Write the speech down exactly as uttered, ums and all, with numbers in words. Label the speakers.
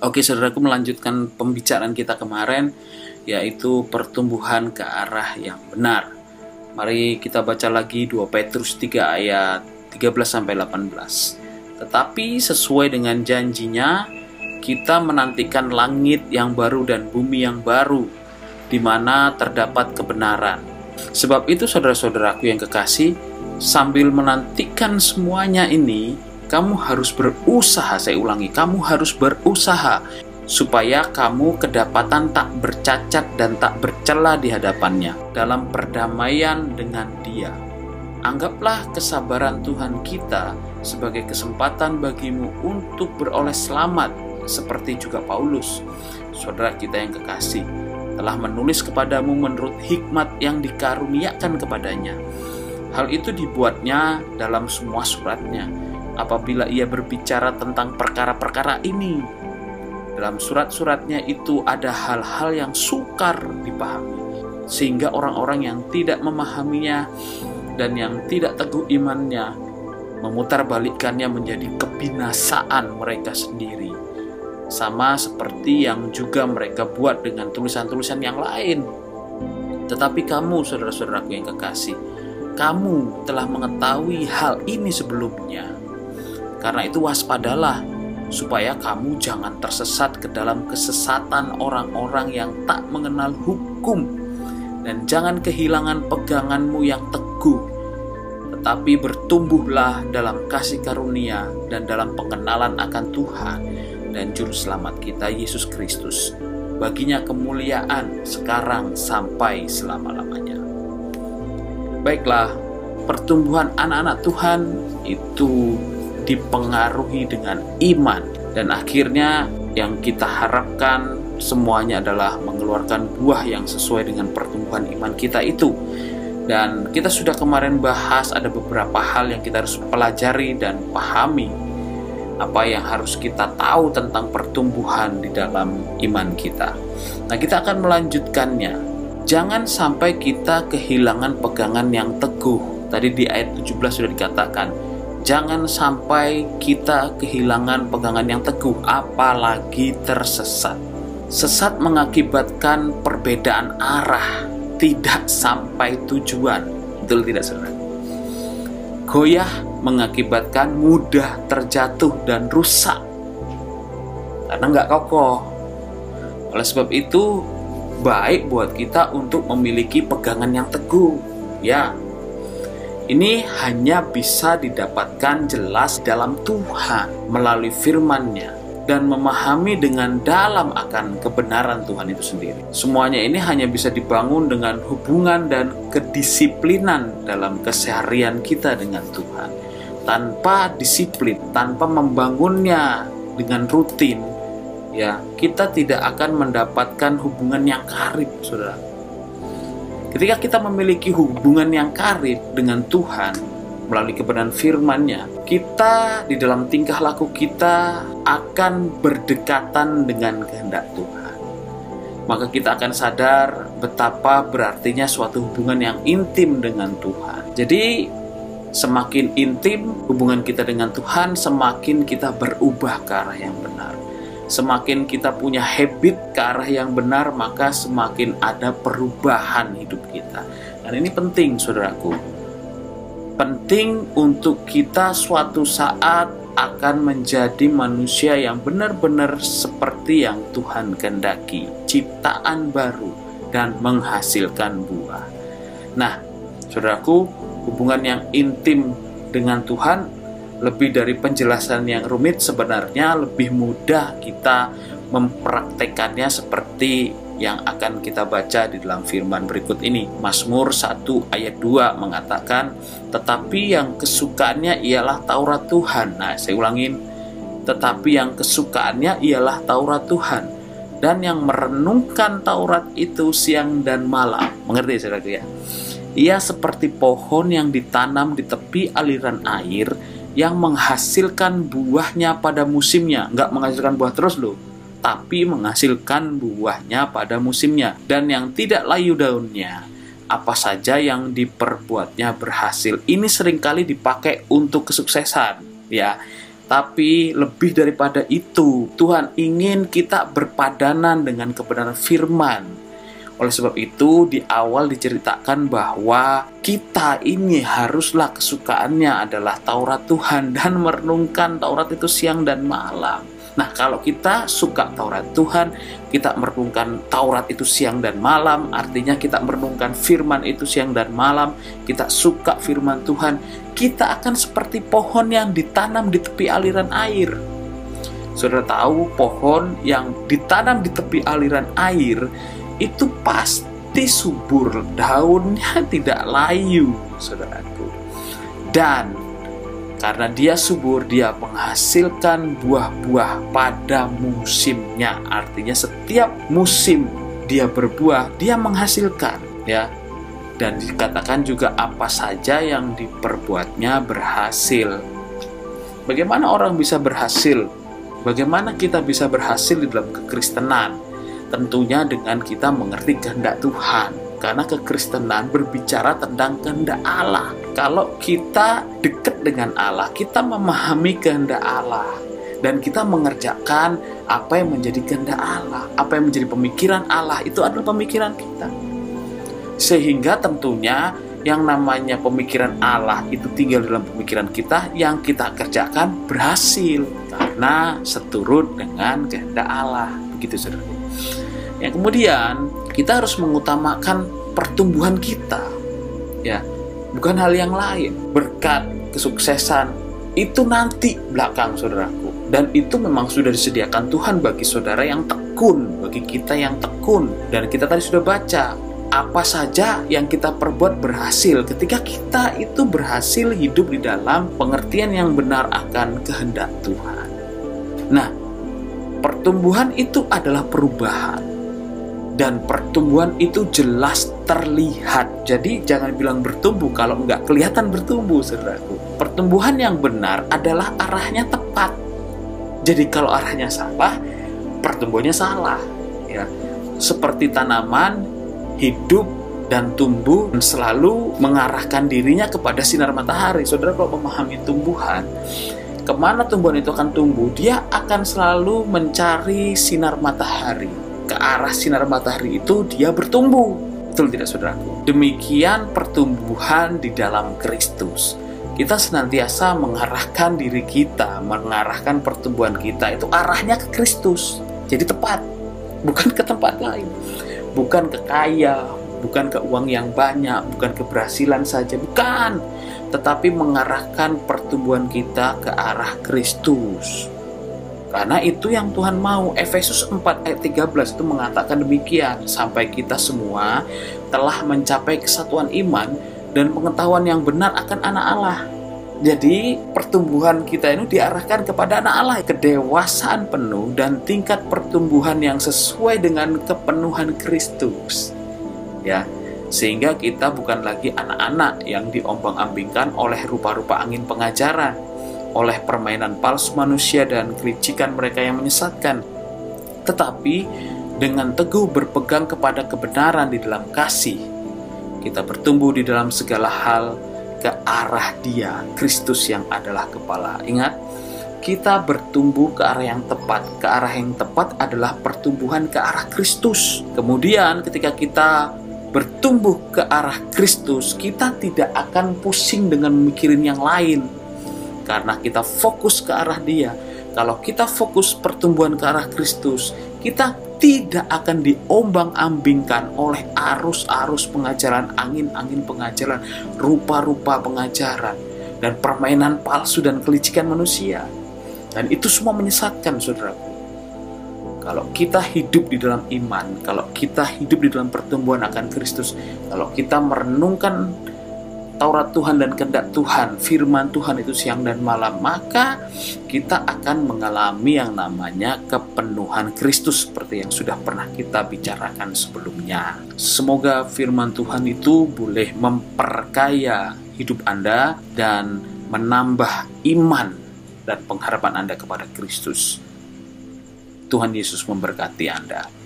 Speaker 1: Oke, saudaraku, melanjutkan pembicaraan kita kemarin, yaitu pertumbuhan ke arah yang benar. Mari kita baca lagi dua Petrus tiga ayat tiga belas sampai delapan belas. Tetapi sesuai dengan janjinya, kita menantikan langit yang baru dan bumi yang baru, di mana terdapat kebenaran. Sebab itu, saudara-saudaraku yang kekasih, sambil menantikan semuanya ini, kamu harus berusaha, saya ulangi, kamu harus berusaha supaya kamu kedapatan tak bercacat dan tak bercela di hadapannya dalam perdamaian dengan Dia. Anggaplah kesabaran Tuhan kita sebagai kesempatan bagimu untuk beroleh selamat, seperti juga Paulus, saudara kita yang kekasih, telah menulis kepadamu menurut hikmat yang dikaruniakan kepadanya. Hal itu dibuatnya dalam semua suratnya, apabila ia berbicara tentang perkara-perkara ini. Dalam surat-suratnya itu ada hal-hal yang sukar dipahami, sehingga orang-orang yang tidak memahaminya dan yang tidak teguh imannya memutarbalikkannya menjadi kebinasaan mereka sendiri, sama seperti yang juga mereka buat dengan tulisan-tulisan yang lain. Tetapi kamu, saudara-saudaraku yang kekasih, kamu telah mengetahui hal ini sebelumnya. Karena itu waspadalah, supaya kamu jangan tersesat ke dalam kesesatan orang-orang yang tak mengenal hukum, dan jangan kehilangan peganganmu yang teguh, tetapi bertumbuhlah dalam kasih karunia dan dalam pengenalan akan Tuhan dan Juru Selamat kita Yesus Kristus. Baginya kemuliaan sekarang sampai selama-lamanya. Baiklah, pertumbuhan anak-anak Tuhan itu dipengaruhi dengan iman, dan akhirnya yang kita harapkan semuanya adalah mengeluarkan buah yang sesuai dengan pertumbuhan iman kita itu. Dan kita sudah kemarin bahas ada beberapa hal yang kita harus pelajari dan pahami, apa yang harus kita tahu tentang pertumbuhan di dalam iman kita. Nah, kita akan melanjutkannya. Jangan sampai kita kehilangan pegangan yang teguh. Tadi di ayat tujuh belas sudah dikatakan, jangan sampai kita kehilangan pegangan yang teguh, apalagi tersesat. Sesat mengakibatkan perbedaan arah, tidak sampai tujuan. Betul tidak, saudara? Goyah mengakibatkan mudah terjatuh dan rusak, karena nggak kokoh. Oleh sebab itu, baik buat kita untuk memiliki pegangan yang teguh. Ya, ini hanya bisa didapatkan jelas dalam Tuhan melalui firman-Nya dan memahami dengan dalam akan kebenaran Tuhan itu sendiri. Semuanya ini hanya bisa dibangun dengan hubungan dan kedisiplinan dalam keseharian kita dengan Tuhan. Tanpa disiplin, tanpa membangunnya dengan rutin, ya, kita tidak akan mendapatkan hubungan yang karib, saudara. Ketika kita memiliki hubungan yang karib dengan Tuhan melalui kebenaran firman-Nya, kita di dalam tingkah laku kita akan berdekatan dengan kehendak Tuhan. Maka kita akan sadar betapa berartinya suatu hubungan yang intim dengan Tuhan. Jadi semakin intim hubungan kita dengan Tuhan, semakin kita berubah ke arah yang benar. Semakin kita punya habit ke arah yang benar, maka semakin ada perubahan hidup kita. Dan ini penting, saudaraku. Penting untuk kita suatu saat akan menjadi manusia yang benar-benar seperti yang Tuhan kehendaki, ciptaan baru dan menghasilkan buah. Nah, saudaraku, hubungan yang intim dengan Tuhan lebih dari penjelasan yang rumit, sebenarnya lebih mudah kita mempraktekannya seperti yang akan kita baca di dalam firman berikut ini. Mazmur satu ayat dua mengatakan, tetapi yang kesukaannya ialah Taurat Tuhan. Nah, saya ulangin, tetapi yang kesukaannya ialah Taurat Tuhan, dan yang merenungkan Taurat itu siang dan malam. Mengerti, saudara ya? Ia seperti pohon yang ditanam di tepi aliran air, yang menghasilkan buahnya pada musimnya. Nggak menghasilkan buah terus loh, tapi menghasilkan buahnya pada musimnya. Dan yang tidak layu daunnya, apa saja yang diperbuatnya berhasil. Ini seringkali dipakai untuk kesuksesan, ya. Tapi lebih daripada itu, Tuhan ingin kita berpadanan dengan kebenaran firman. Oleh sebab itu, di awal diceritakan bahwa kita ini haruslah kesukaannya adalah Taurat Tuhan dan merenungkan Taurat itu siang dan malam. Nah, kalau kita suka Taurat Tuhan, kita merenungkan Taurat itu siang dan malam, artinya kita merenungkan firman itu siang dan malam, kita suka firman Tuhan, kita akan seperti pohon yang ditanam di tepi aliran air. Saudara tahu, pohon yang ditanam di tepi aliran air itu pasti subur, daunnya tidak layu, saudaraku. Dan karena dia subur, dia menghasilkan buah-buah pada musimnya. Artinya setiap musim dia berbuah, dia menghasilkan, ya. Dan dikatakan juga apa saja yang diperbuatnya berhasil. Bagaimana orang bisa berhasil? Bagaimana kita bisa berhasil di dalam kekristenan? Tentunya dengan kita mengerti kehendak Tuhan. Karena kekristenan berbicara tentang kehendak Allah. Kalau kita dekat dengan Allah, kita memahami kehendak Allah. Dan kita mengerjakan apa yang menjadi kehendak Allah. Apa yang menjadi pemikiran Allah, itu adalah pemikiran kita. Sehingga tentunya yang namanya pemikiran Allah itu tinggal dalam pemikiran kita, yang kita kerjakan berhasil. Karena seturut dengan kehendak Allah. Begitu, saudara. Yang kemudian kita harus mengutamakan pertumbuhan kita, ya, bukan hal yang lain. Berkat, kesuksesan itu nanti belakang, saudaraku, dan itu memang sudah disediakan Tuhan bagi saudara yang tekun, bagi kita yang tekun. Dan kita tadi sudah baca apa saja yang kita perbuat berhasil ketika kita itu berhasil hidup di dalam pengertian yang benar akan kehendak Tuhan. Nah, pertumbuhan itu adalah perubahan. Dan pertumbuhan itu jelas terlihat. Jadi jangan bilang bertumbuh kalau nggak kelihatan bertumbuh, saudaraku. Pertumbuhan yang benar adalah arahnya tepat. Jadi kalau arahnya salah, pertumbuhannya salah. Ya, seperti tanaman hidup dan tumbuh selalu mengarahkan dirinya kepada sinar matahari. Saudara kalau memahami tumbuhan, kemana tumbuhan itu akan tumbuh, dia akan selalu mencari sinar matahari. Ke arah sinar matahari itu dia bertumbuh. Betul tidak, saudaraku? Demikian pertumbuhan di dalam Kristus. Kita senantiasa mengarahkan diri kita, mengarahkan pertumbuhan kita itu arahnya ke Kristus. Jadi tepat, bukan ke tempat lain. Bukan ke kaya, bukan ke uang yang banyak, bukan keberhasilan saja, bukan. Tetapi mengarahkan pertumbuhan kita ke arah Kristus. Karena itu yang Tuhan mau. Efesus empat ayat tiga belas itu mengatakan demikian. Sampai kita semua telah mencapai kesatuan iman dan pengetahuan yang benar akan anak Allah. Jadi pertumbuhan kita ini diarahkan kepada anak Allah. Kedewasaan penuh dan tingkat pertumbuhan yang sesuai dengan kepenuhan Kristus. Ya, sehingga kita bukan lagi anak-anak yang diombang-ambingkan oleh rupa-rupa angin pengajaran, oleh permainan palsu manusia dan kelicikan mereka yang menyesatkan, tetapi dengan teguh berpegang kepada kebenaran di dalam kasih, kita bertumbuh di dalam segala hal ke arah Dia, Kristus yang adalah kepala. Ingat, kita bertumbuh ke arah yang tepat. Ke arah yang tepat adalah pertumbuhan ke arah Kristus. Kemudian ketika kita bertumbuh ke arah Kristus, kita tidak akan pusing dengan memikirin yang lain. Karena kita fokus ke arah Dia. Kalau kita fokus pertumbuhan ke arah Kristus, kita tidak akan diombang-ambingkan oleh arus-arus pengajaran, angin-angin pengajaran, rupa-rupa pengajaran, dan permainan palsu dan kelicikan manusia. Dan itu semua menyesatkan, saudaraku. Kalau kita hidup di dalam iman, kalau kita hidup di dalam pertumbuhan akan Kristus, kalau kita merenungkan Taurat Tuhan dan kehendak Tuhan, firman Tuhan itu siang dan malam, maka kita akan mengalami yang namanya kepenuhan Kristus seperti yang sudah pernah kita bicarakan sebelumnya. Semoga firman Tuhan itu boleh memperkaya hidup Anda dan menambah iman dan pengharapan Anda kepada Kristus. Tuhan Yesus memberkati Anda.